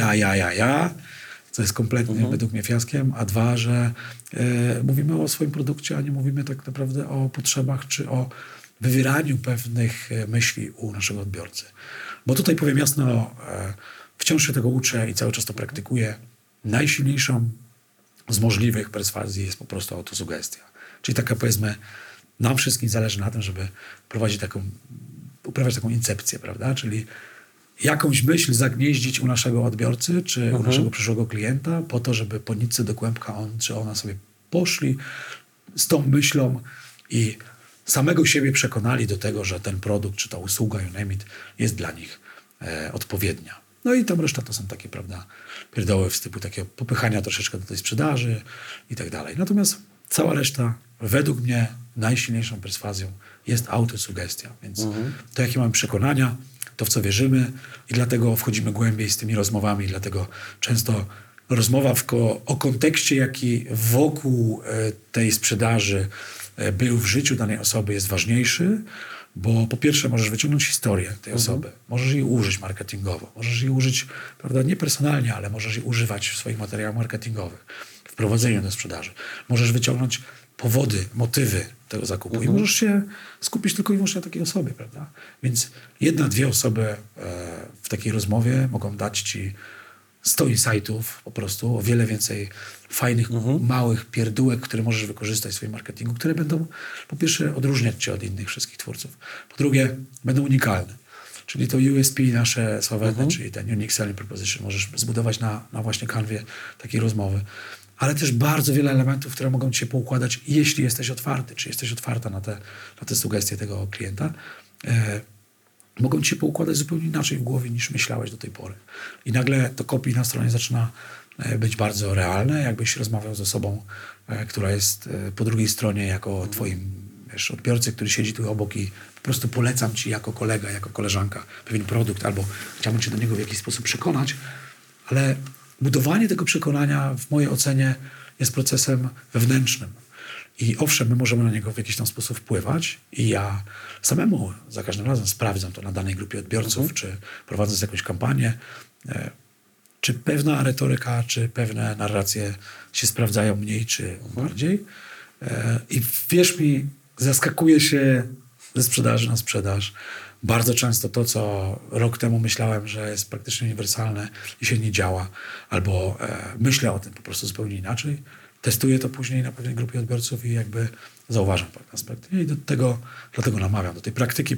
ja, co jest kompletnie według mnie fiaskiem, a 2, że mówimy o swoim produkcie, a nie mówimy tak naprawdę o potrzebach, czy o wywieraniu pewnych myśli u naszego odbiorcy. Bo tutaj powiem jasno, wciąż się tego uczę i cały czas to praktykuję. Najsilniejszą z możliwych perswazji jest po prostu autosugestia. Czyli taka, powiedzmy, nam wszystkim zależy na tym, żeby uprawiać taką incepcję, prawda? Czyli jakąś myśl zagnieździć u naszego odbiorcy, czy u naszego przyszłego klienta, po to, żeby po nitce do kłębka on czy ona sobie poszli z tą myślą i samego siebie przekonali do tego, że ten produkt, czy ta usługa, you name it, jest dla nich odpowiednia. No i tam reszta to są takie, prawda, pierdoły w stylu takiego popychania troszeczkę do tej sprzedaży i tak dalej. Natomiast cała reszta, według mnie, najsilniejszą perswazją jest autosugestia. Więc to, jakie mamy przekonania, to w co wierzymy i dlatego wchodzimy głębiej z tymi rozmowami, dlatego często rozmowa o kontekście, jaki wokół tej sprzedaży był w życiu danej osoby, jest ważniejszy Bo po pierwsze możesz wyciągnąć historię tej osoby, możesz jej użyć marketingowo, możesz jej użyć, prawda, nie personalnie, ale możesz jej używać w swoich materiałach marketingowych, w prowadzeniu do sprzedaży. Możesz wyciągnąć powody, motywy tego zakupu i możesz się skupić tylko i wyłącznie na takiej osobie, prawda? Więc 1-2 osoby w takiej rozmowie mogą dać ci 100 insightów po prostu, o wiele więcej fajnych, małych pierdółek, które możesz wykorzystać w swoim marketingu, które będą po pierwsze odróżniać cię od innych wszystkich twórców. Po drugie, będą unikalne. Czyli to USP nasze sławetne, czyli ten Unique Selling Proposition możesz zbudować na właśnie kanwie takiej rozmowy. Ale też bardzo wiele elementów, które mogą ci się poukładać, jeśli jesteś otwarty, czy jesteś otwarta na te sugestie tego klienta, mogą ci się poukładać zupełnie inaczej w głowie, niż myślałeś do tej pory. I nagle to copy na stronie zaczyna być bardzo realne, jakbyś rozmawiał z osobą, która jest po drugiej stronie jako twoim odbiorcy, który siedzi tu obok i po prostu polecam ci jako kolega, jako koleżanka pewien produkt, albo chciałbym cię do niego w jakiś sposób przekonać, ale budowanie tego przekonania w mojej ocenie jest procesem wewnętrznym. I owszem, my możemy na niego w jakiś tam sposób wpływać i ja samemu za każdym razem sprawdzam to na danej grupie odbiorców, czy prowadząc jakąś kampanię, czy pewna retoryka, czy pewne narracje się sprawdzają mniej, czy bardziej. I wierz mi, zaskakuje się ze sprzedaży na sprzedaż. Bardzo często to, co rok temu myślałem, że jest praktycznie uniwersalne i się nie działa, albo myślę o tym po prostu zupełnie inaczej, testuję to później na pewnej grupie odbiorców i jakby zauważam pewne aspekty. I dlatego namawiam do tej praktyki.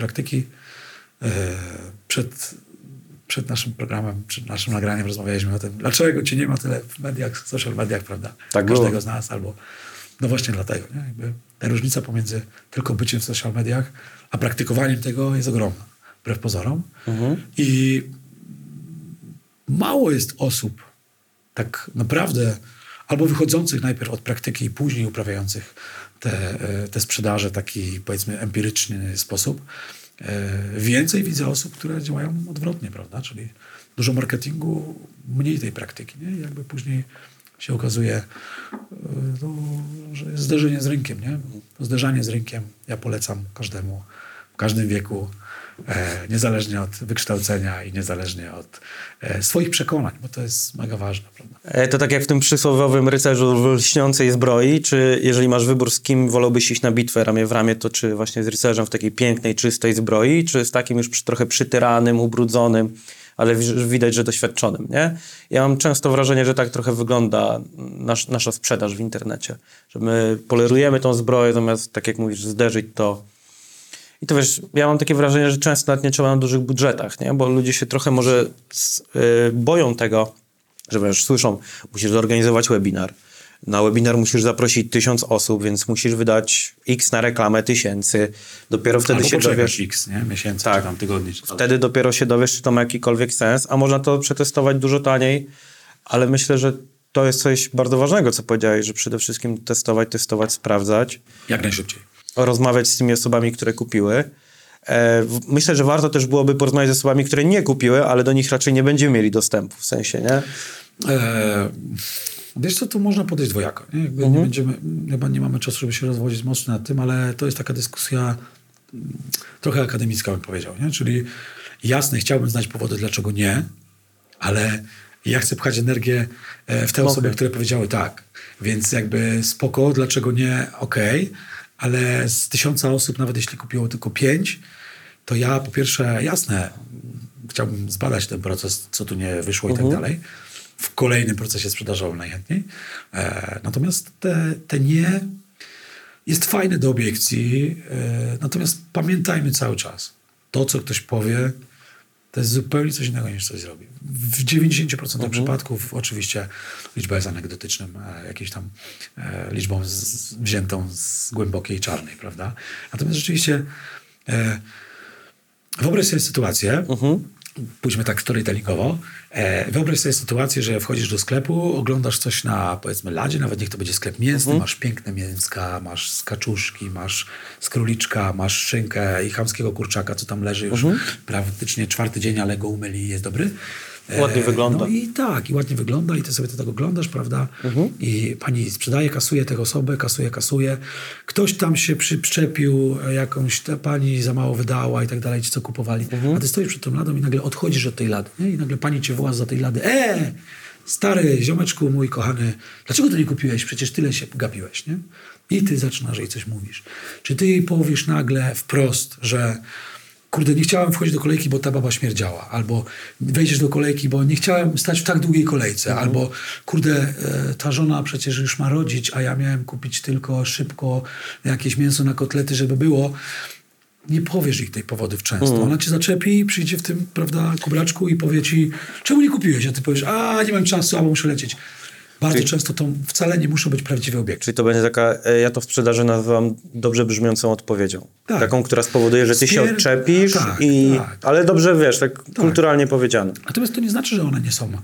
Przed naszym programem, przed naszym nagraniem rozmawialiśmy o tym, dlaczego cię nie ma tyle w mediach, w social mediach, prawda? Tak każdego było. z nas, albo no właśnie dlatego. Nie? Jakby ta różnica pomiędzy tylko byciem w social mediach, a praktykowaniem tego jest ogromna, wbrew pozorom. I mało jest osób tak naprawdę albo wychodzących najpierw od praktyki i później uprawiających te sprzedaże w taki, powiedzmy, empiryczny sposób. Więcej widzę osób, które działają odwrotnie, prawda? Czyli dużo marketingu, mniej tej praktyki. Nie? I jakby później się okazuje, że jest zderzenie z rynkiem. Nie? To zderzanie z rynkiem ja polecam każdemu, w każdym wieku, niezależnie od wykształcenia i niezależnie od swoich przekonań, bo to jest mega ważne. Prawda? To tak jak w tym przysłowiowym rycerzu w lśniącej zbroi, czy jeżeli masz wybór, z kim wolałbyś iść na bitwę ramię w ramię, to czy właśnie z rycerzem w takiej pięknej, czystej zbroi, czy z takim już trochę przytyranym, ubrudzonym, ale widać, że doświadczonym, nie? Ja mam często wrażenie, że tak trochę wygląda nasza sprzedaż w internecie, że my polerujemy tą zbroję, zamiast, tak jak mówisz, zderzyć to. I to wiesz, ja mam takie wrażenie, że często nawet nie trzeba na dużych budżetach, nie? Bo ludzie się trochę może boją tego, że wiesz, słyszą, musisz zorganizować webinar. Na webinar musisz zaprosić 1000 osób, więc musisz wydać X na reklamę 1000. Dopiero wtedy albo się dowiesz. X, nie? Miesięcy, tak, czy tam tygodni. Czy wtedy dopiero się dowiesz, czy to ma jakikolwiek sens, a można to przetestować dużo taniej, ale myślę, że to jest coś bardzo ważnego, co powiedziałeś, że przede wszystkim testować, sprawdzać. Jak najszybciej. Rozmawiać z tymi osobami, które kupiły. Myślę, że warto też byłoby porozmawiać z osobami, które nie kupiły, ale do nich raczej nie będziemy mieli dostępu, w sensie, nie? Wiesz co, tu można podejść dwojako. Nie? Jakby nie będziemy, chyba nie mamy czasu, żeby się rozwodzić mocno nad tym, ale to jest taka dyskusja trochę akademicka, bym powiedział. Nie? Czyli jasne, chciałbym znać powody, dlaczego nie, ale ja chcę pchać energię w te osoby, które powiedziały tak. Więc jakby spoko, dlaczego nie, okej. Ale z 1000 osób, nawet jeśli kupiło tylko 5, to ja po pierwsze, jasne, chciałbym zbadać ten proces, co tu nie wyszło i tak dalej. W kolejnym procesie sprzedażowym najchętniej. Natomiast te nie jest fajne do obiekcji. Natomiast pamiętajmy cały czas, to co ktoś powie, to jest zupełnie coś innego niż coś zrobi. W 90% przypadków oczywiście liczba jest anegdotycznym, jakąś tam liczbą wziętą z głębokiej czarnej, prawda? Natomiast rzeczywiście wyobraź sobie sytuację, pójdźmy tak storytellingowo, wyobraź sobie sytuację, że wchodzisz do sklepu, oglądasz coś na, powiedzmy, ladzie, nawet niech to będzie sklep mięsny, masz piękne mięska, masz z kaczuszki, masz z króliczka, masz szynkę i chamskiego kurczaka, co tam leży już praktycznie 4. dzień, ale go umyli i jest dobry. Ładnie wygląda. No i tak, i ładnie wygląda i ty sobie to tak oglądasz, prawda? I pani sprzedaje, kasuje tę osobę, kasuje. Ktoś tam się przyczepił, jakąś ta pani za mało wydała i tak dalej, ci co kupowali. A ty stoisz przed tą ladą i nagle odchodzisz od tej lady, nie? I nagle pani cię woła za tej lady. Stary ziomeczku mój kochany, dlaczego to nie kupiłeś? Przecież tyle się gapiłeś, nie? I ty zaczynasz jej coś mówisz. Czy ty jej powiesz nagle wprost, że kurde, nie chciałem wchodzić do kolejki, bo ta baba śmierdziała. Albo wejdziesz do kolejki, bo nie chciałem stać w tak długiej kolejce. Albo kurde, ta żona przecież już ma rodzić, a ja miałem kupić tylko szybko jakieś mięso na kotlety, żeby było. Nie powiesz ich tej powodów często. Ona cię zaczepi, przyjdzie w tym, prawda, kubraczku i powie ci, czemu nie kupiłeś? A ty powiesz, nie mam czasu, albo muszę lecieć. Bardzo często to wcale nie muszą być prawdziwe obiekty. Czyli to będzie taka, ja to w sprzedaży nazywam dobrze brzmiącą odpowiedzią. Tak. Taką, która spowoduje, że ty się odczepisz, tak. ale dobrze, wiesz, tak kulturalnie powiedziane. Natomiast to nie znaczy, że one nie są...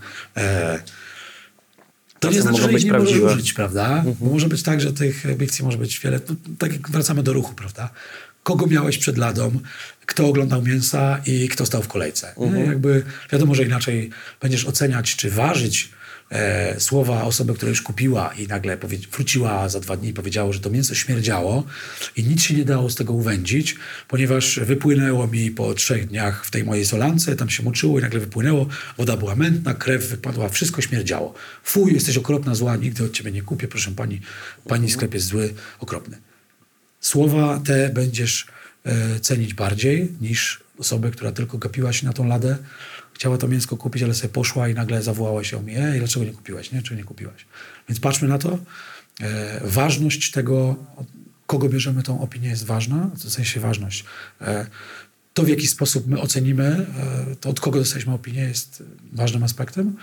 To nie Czasem znaczy, mogą że być ich nie prawdziwe. możesz użyć, prawda? Bo może być tak, że tych obiekcji może być wiele. No, tak jak wracamy do ruchu, prawda? Kogo miałeś przed ladą, kto oglądał mięsa i kto stał w kolejce. Jakby wiadomo, że inaczej będziesz oceniać czy ważyć słowa osoby, która już kupiła i nagle wróciła za 2 dni i powiedziała, że to mięso śmierdziało i nic się nie dało z tego uwędzić, ponieważ wypłynęło mi po 3 dniach w tej mojej solance, tam się moczyło i nagle wypłynęło, woda była mętna, krew wypadła, wszystko śmierdziało. Fuj, jesteś okropna, zła, nigdy od ciebie nie kupię, proszę pani sklep jest zły, okropny. Słowa te będziesz cenić bardziej niż osobę, która tylko gapiła się na tą ladę, chciała to mięsko kupić, ale sobie poszła i nagle zawołała się o mnie, dlaczego nie kupiłaś, nie? Czy nie kupiłaś? Więc patrzmy na to. Ważność tego, kogo bierzemy tą opinię jest ważna, w sensie ważność. To, w jaki sposób my ocenimy, to od kogo dostaliśmy opinię jest ważnym aspektem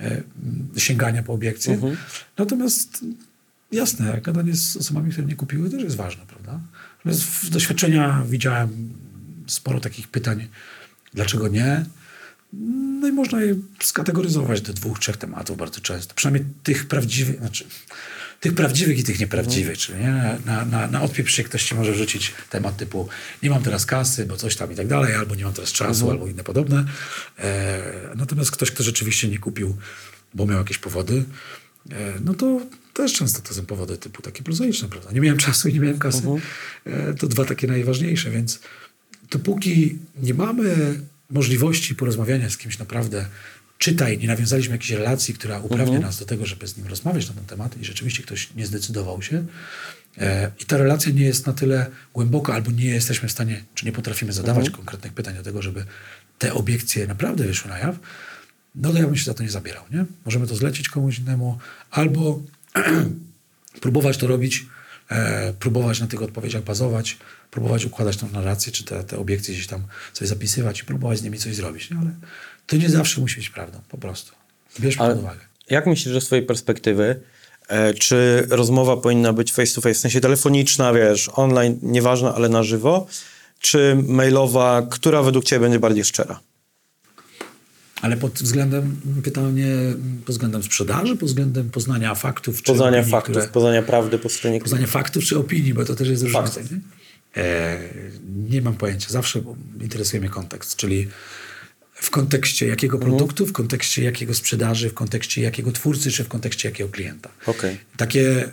sięgania po obiekcje. Natomiast jasne, gadanie z osobami, które nie kupiły, też jest ważne, prawda? Z doświadczenia widziałem sporo takich pytań, dlaczego nie? No i można je skategoryzować do 2-3 tematów bardzo często. Przynajmniej tych prawdziwych, tych prawdziwych i tych nieprawdziwych. Czyli nie? Na odpieprz się ktoś ci może wrzucić temat typu nie mam teraz kasy, bo coś tam i tak dalej, albo nie mam teraz czasu, albo inne podobne. Natomiast ktoś, kto rzeczywiście nie kupił, bo miał jakieś powody, no to też często to są powody typu takie prozaiczne, prawda? Nie miałem czasu i nie miałem kasy. To 2 takie najważniejsze, więc dopóki nie mamy możliwości porozmawiania z kimś naprawdę, nie nawiązaliśmy jakiejś relacji, która uprawnia nas do tego, żeby z nim rozmawiać na ten temat i rzeczywiście ktoś nie zdecydował się i ta relacja nie jest na tyle głęboka albo nie jesteśmy w stanie, czy nie potrafimy zadawać konkretnych pytań do tego, żeby te obiekcje naprawdę wyszły na jaw, no to ja bym się za to nie zabierał, nie? Możemy to zlecić komuś innemu albo próbować to robić, próbować na tych odpowiedziach bazować, próbować układać tą narrację, czy te obiekcje gdzieś tam sobie zapisywać i próbować z nimi coś zrobić. Nie? Ale to nie zawsze musi być prawdą, po prostu. Bierzmy pod uwagę. Jak myślisz, że z twojej perspektywy, czy rozmowa powinna być face to face, w sensie telefoniczna, wiesz, online, nieważne, ale na żywo, czy mailowa, która według ciebie będzie bardziej szczera? Ale pod względem, pytanie pod względem sprzedaży, pod względem poznania faktów, czy Poznania opinii, faktów, poznania prawdy po stronie poznania faktów czy opinii, bo to też jest różnica. Nie mam pojęcia. Zawsze interesuje mnie kontekst, czyli w kontekście jakiego produktu, w kontekście jakiego sprzedaży, w kontekście jakiego twórcy, czy w kontekście jakiego klienta. Okay. Takie...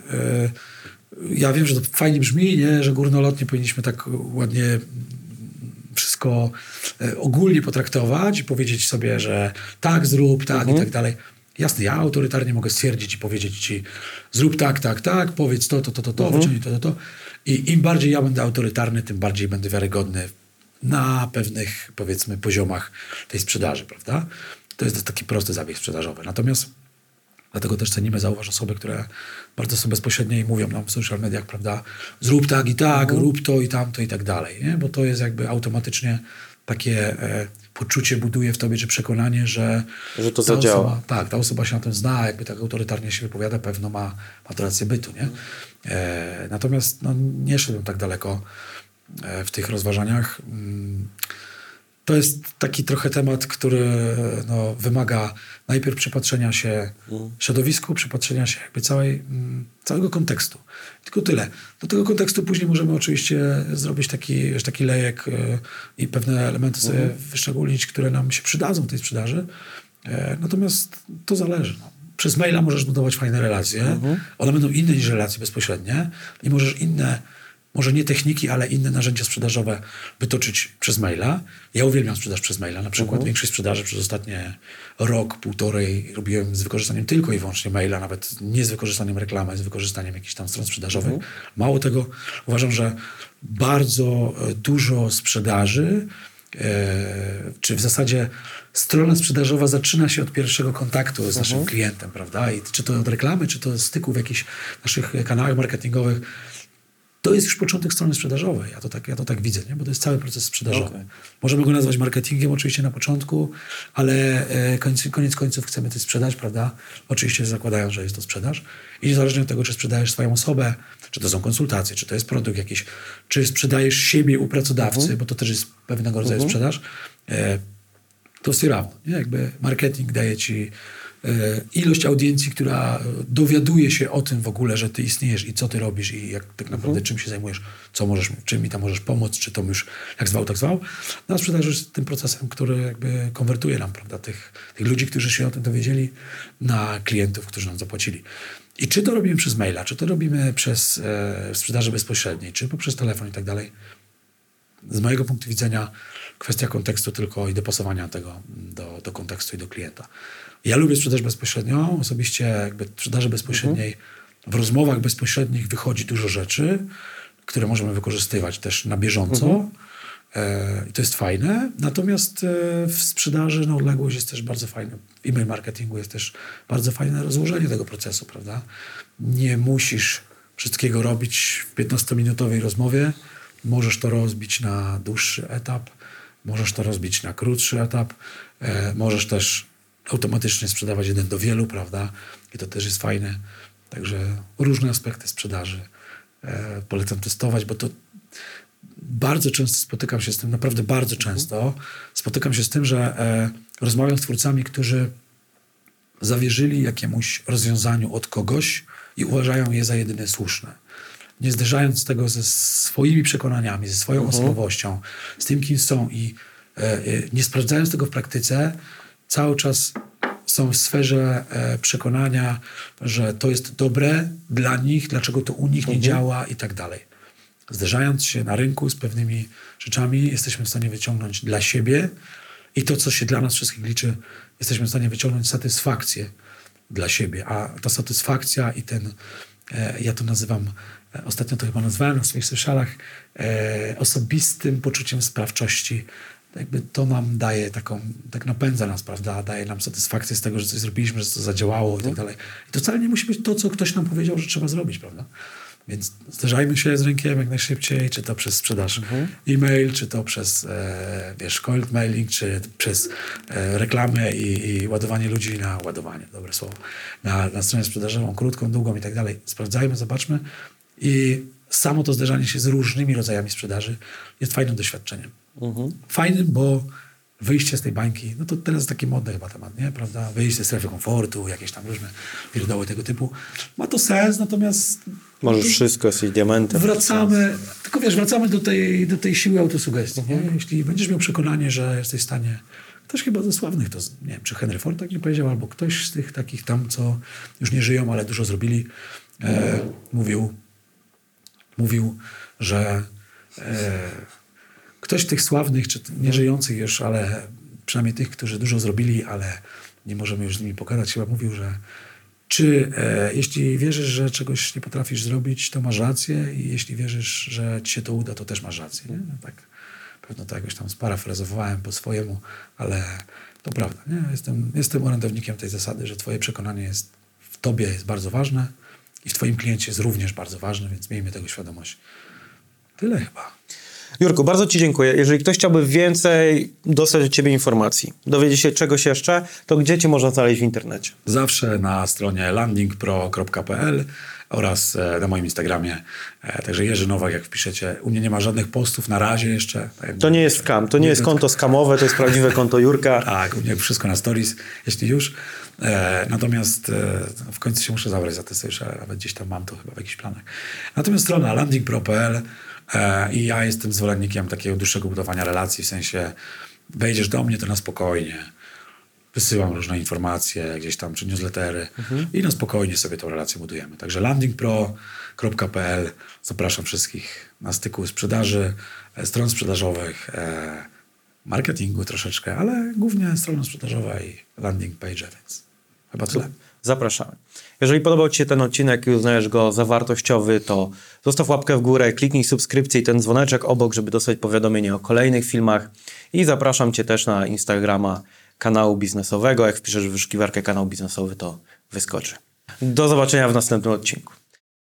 Ja wiem, że to fajnie brzmi, nie? Że górnolotnie powinniśmy tak ładnie wszystko ogólnie potraktować i powiedzieć sobie, że tak, zrób, tak i tak dalej. Jasne, ja autorytarnie mogę stwierdzić i powiedzieć ci zrób tak, powiedz to, wyciągnij to. I im bardziej ja będę autorytarny, tym bardziej będę wiarygodny na pewnych, powiedzmy, poziomach tej sprzedaży, prawda? To jest taki prosty zabieg sprzedażowy. Natomiast dlatego też cenimy, zauważ, osoby, które bardzo są bezpośrednie i mówią nam w social mediach, prawda, zrób tak i tak, rób to i tamto i tak dalej, nie? Bo to jest jakby automatycznie takie poczucie buduje w tobie, czy przekonanie, że to zadziała. Ta osoba się na tym zna, jakby tak autorytarnie się wypowiada, pewno ma to rację bytu, nie? Natomiast nie szedłem tak daleko w tych rozważaniach. To jest taki trochę temat, który wymaga najpierw przypatrzenia się środowisku, przypatrzenia się jakby całego kontekstu. Tylko tyle. Do tego kontekstu później możemy oczywiście zrobić taki lejek i pewne elementy sobie wyszczególnić, które nam się przydadzą w tej sprzedaży. Natomiast to zależy. No. Przez maila możesz budować fajne relacje. One będą inne niż relacje bezpośrednie i możesz może nie techniki, ale inne narzędzia sprzedażowe wytoczyć przez maila. Ja uwielbiam sprzedaż przez maila. Na przykład większość sprzedaży przez ostatnie rok, półtorej robiłem z wykorzystaniem tylko i wyłącznie maila, nawet nie z wykorzystaniem reklamy, z wykorzystaniem jakichś tam stron sprzedażowych. Mało tego, uważam, że bardzo dużo sprzedaży, czy w zasadzie strona sprzedażowa zaczyna się od pierwszego kontaktu z naszym klientem, prawda? I czy to od reklamy, czy to styku w jakichś naszych kanałach marketingowych, to jest już początek strony sprzedażowej. Ja to tak widzę, nie? Bo to jest cały proces sprzedażowy. Okay. Możemy go nazwać marketingiem oczywiście na początku, ale koniec końców chcemy też sprzedać, prawda? Oczywiście zakładając, że jest to sprzedaż. I niezależnie od tego, czy sprzedajesz swoją osobę, czy to są konsultacje, czy to jest produkt jakiś, czy sprzedajesz siebie u pracodawcy, bo to też jest pewnego rodzaju sprzedaż, to jest równo. Jakby marketing daje ci ilość audiencji, która dowiaduje się o tym w ogóle, że ty istniejesz i co ty robisz i jak tak naprawdę czym się zajmujesz, czym mi tam możesz pomóc, czy to już jak zwał, tak zwał. No a sprzedaż jest tym procesem, który jakby konwertuje nam, prawda, tych ludzi, którzy się o tym dowiedzieli, na klientów, którzy nam zapłacili. I czy to robimy przez maila, czy to robimy przez sprzedaży bezpośredniej, czy poprzez telefon i tak dalej, z mojego punktu widzenia kwestia kontekstu tylko i dopasowania tego do kontekstu i do klienta. Ja lubię sprzedaż bezpośrednią. Osobiście jakby w sprzedaży bezpośredniej, w rozmowach bezpośrednich wychodzi dużo rzeczy, które możemy wykorzystywać też na bieżąco. I to jest fajne. Natomiast w sprzedaży na odległość jest też bardzo fajne. W e-mail marketingu jest też bardzo fajne rozłożenie tego procesu, prawda? Nie musisz wszystkiego robić w 15-minutowej rozmowie. Możesz to rozbić na dłuższy etap. Możesz to rozbić na krótszy etap. Możesz też automatycznie sprzedawać 1 do wielu, prawda? I to też jest fajne. Także różne aspekty sprzedaży polecam testować, bo to bardzo często spotykam się z tym, naprawdę bardzo często spotykam się z tym, że rozmawiam z twórcami, którzy zawierzyli jakiemuś rozwiązaniu od kogoś i uważają je za jedyne słuszne. Nie zderzając tego ze swoimi przekonaniami, ze swoją osobowością, z tym, kim są i nie sprawdzając tego w praktyce, cały czas są w sferze przekonania, że to jest dobre dla nich, dlaczego to u nich nie działa i tak dalej. Zderzając się na rynku z pewnymi rzeczami, jesteśmy w stanie wyciągnąć dla siebie i to, co się dla nas wszystkich liczy, jesteśmy w stanie wyciągnąć satysfakcję dla siebie. A ta satysfakcja i ten, ja to nazywam, ostatnio to chyba nazwałem na swoich socialach, osobistym poczuciem sprawczości. Jakby to nam daje taką, tak napędza nas, prawda? Daje nam satysfakcję z tego, że coś zrobiliśmy, że to zadziałało i tak dalej. I to wcale nie musi być to, co ktoś nam powiedział, że trzeba zrobić, prawda? Więc zderzajmy się z rynkiem jak najszybciej, czy to przez sprzedaż e-mail, czy to przez cold mailing, czy przez reklamę i ładowanie ludzi na ładowanie, dobre słowo, na stronę sprzedażową, krótką, długą i tak dalej. Sprawdzajmy, zobaczmy i samo to zderzanie się z różnymi rodzajami sprzedaży jest fajnym doświadczeniem. Fajnym, bo wyjście z tej bańki, no to teraz taki modny chyba temat, nie? Prawda? Wyjście ze strefy komfortu, jakieś tam różne pierdoły tego typu. Ma to sens, natomiast... Możesz wszystko, jesteś diamentem. Wracamy do tej siły autosugestii. Nie? Jeśli będziesz miał przekonanie, że jesteś w stanie... Ktoś chyba ze sławnych, to nie wiem, czy Henry Ford tak nie powiedział, albo ktoś z tych takich tam, co już nie żyją, ale dużo zrobili, mówił, że ktoś z tych sławnych, czy nie żyjących już, ale przynajmniej tych, którzy dużo zrobili, ale nie możemy już z nimi pogadać, chyba mówił, że jeśli wierzysz, że czegoś nie potrafisz zrobić, to masz rację i jeśli wierzysz, że ci się to uda, to też masz rację. Nie? No tak, pewno to jakoś tam sparafrazowałem po swojemu, ale to prawda. Nie? Jestem orędownikiem tej zasady, że twoje przekonanie jest w tobie jest bardzo ważne i w twoim kliencie jest również bardzo ważne, więc miejmy tego świadomość. Tyle chyba. Jurku, bardzo ci dziękuję. Jeżeli ktoś chciałby więcej dostać od ciebie informacji, dowiedzieć się czegoś jeszcze, to gdzie cię można znaleźć w internecie? Zawsze na stronie landingpro.pl oraz na moim Instagramie. Także Jerzy Nowak, jak wpiszecie. U mnie nie ma żadnych postów na razie jeszcze. To nie jest scam, to nie jest konto skamowe, to jest prawdziwe konto Jurka. Tak, u mnie wszystko na stories, jeśli już. Natomiast w końcu się muszę zabrać za te social, nawet gdzieś tam mam to chyba w jakichś planach. Natomiast strona landingpro.pl i ja jestem zwolennikiem takiego dłuższego budowania relacji, w sensie wejdziesz do mnie, to na spokojnie. wysyłam różne informacje gdzieś tam, czy newslettery i na spokojnie sobie tą relację budujemy. Także landingpro.pl. Zapraszam wszystkich na styku sprzedaży, stron sprzedażowych, marketingu troszeczkę, ale głównie strona sprzedażowa i landing page, więc chyba tyle. Zapraszamy. Jeżeli podobał Ci się ten odcinek i uznajesz go za wartościowy, to zostaw łapkę w górę, kliknij subskrypcję i ten dzwoneczek obok, żeby dostać powiadomienie o kolejnych filmach. I zapraszam Cię też na Instagrama kanału biznesowego. Jak wpiszesz w wyszukiwarkę kanał biznesowy, to wyskoczy. Do zobaczenia w następnym odcinku.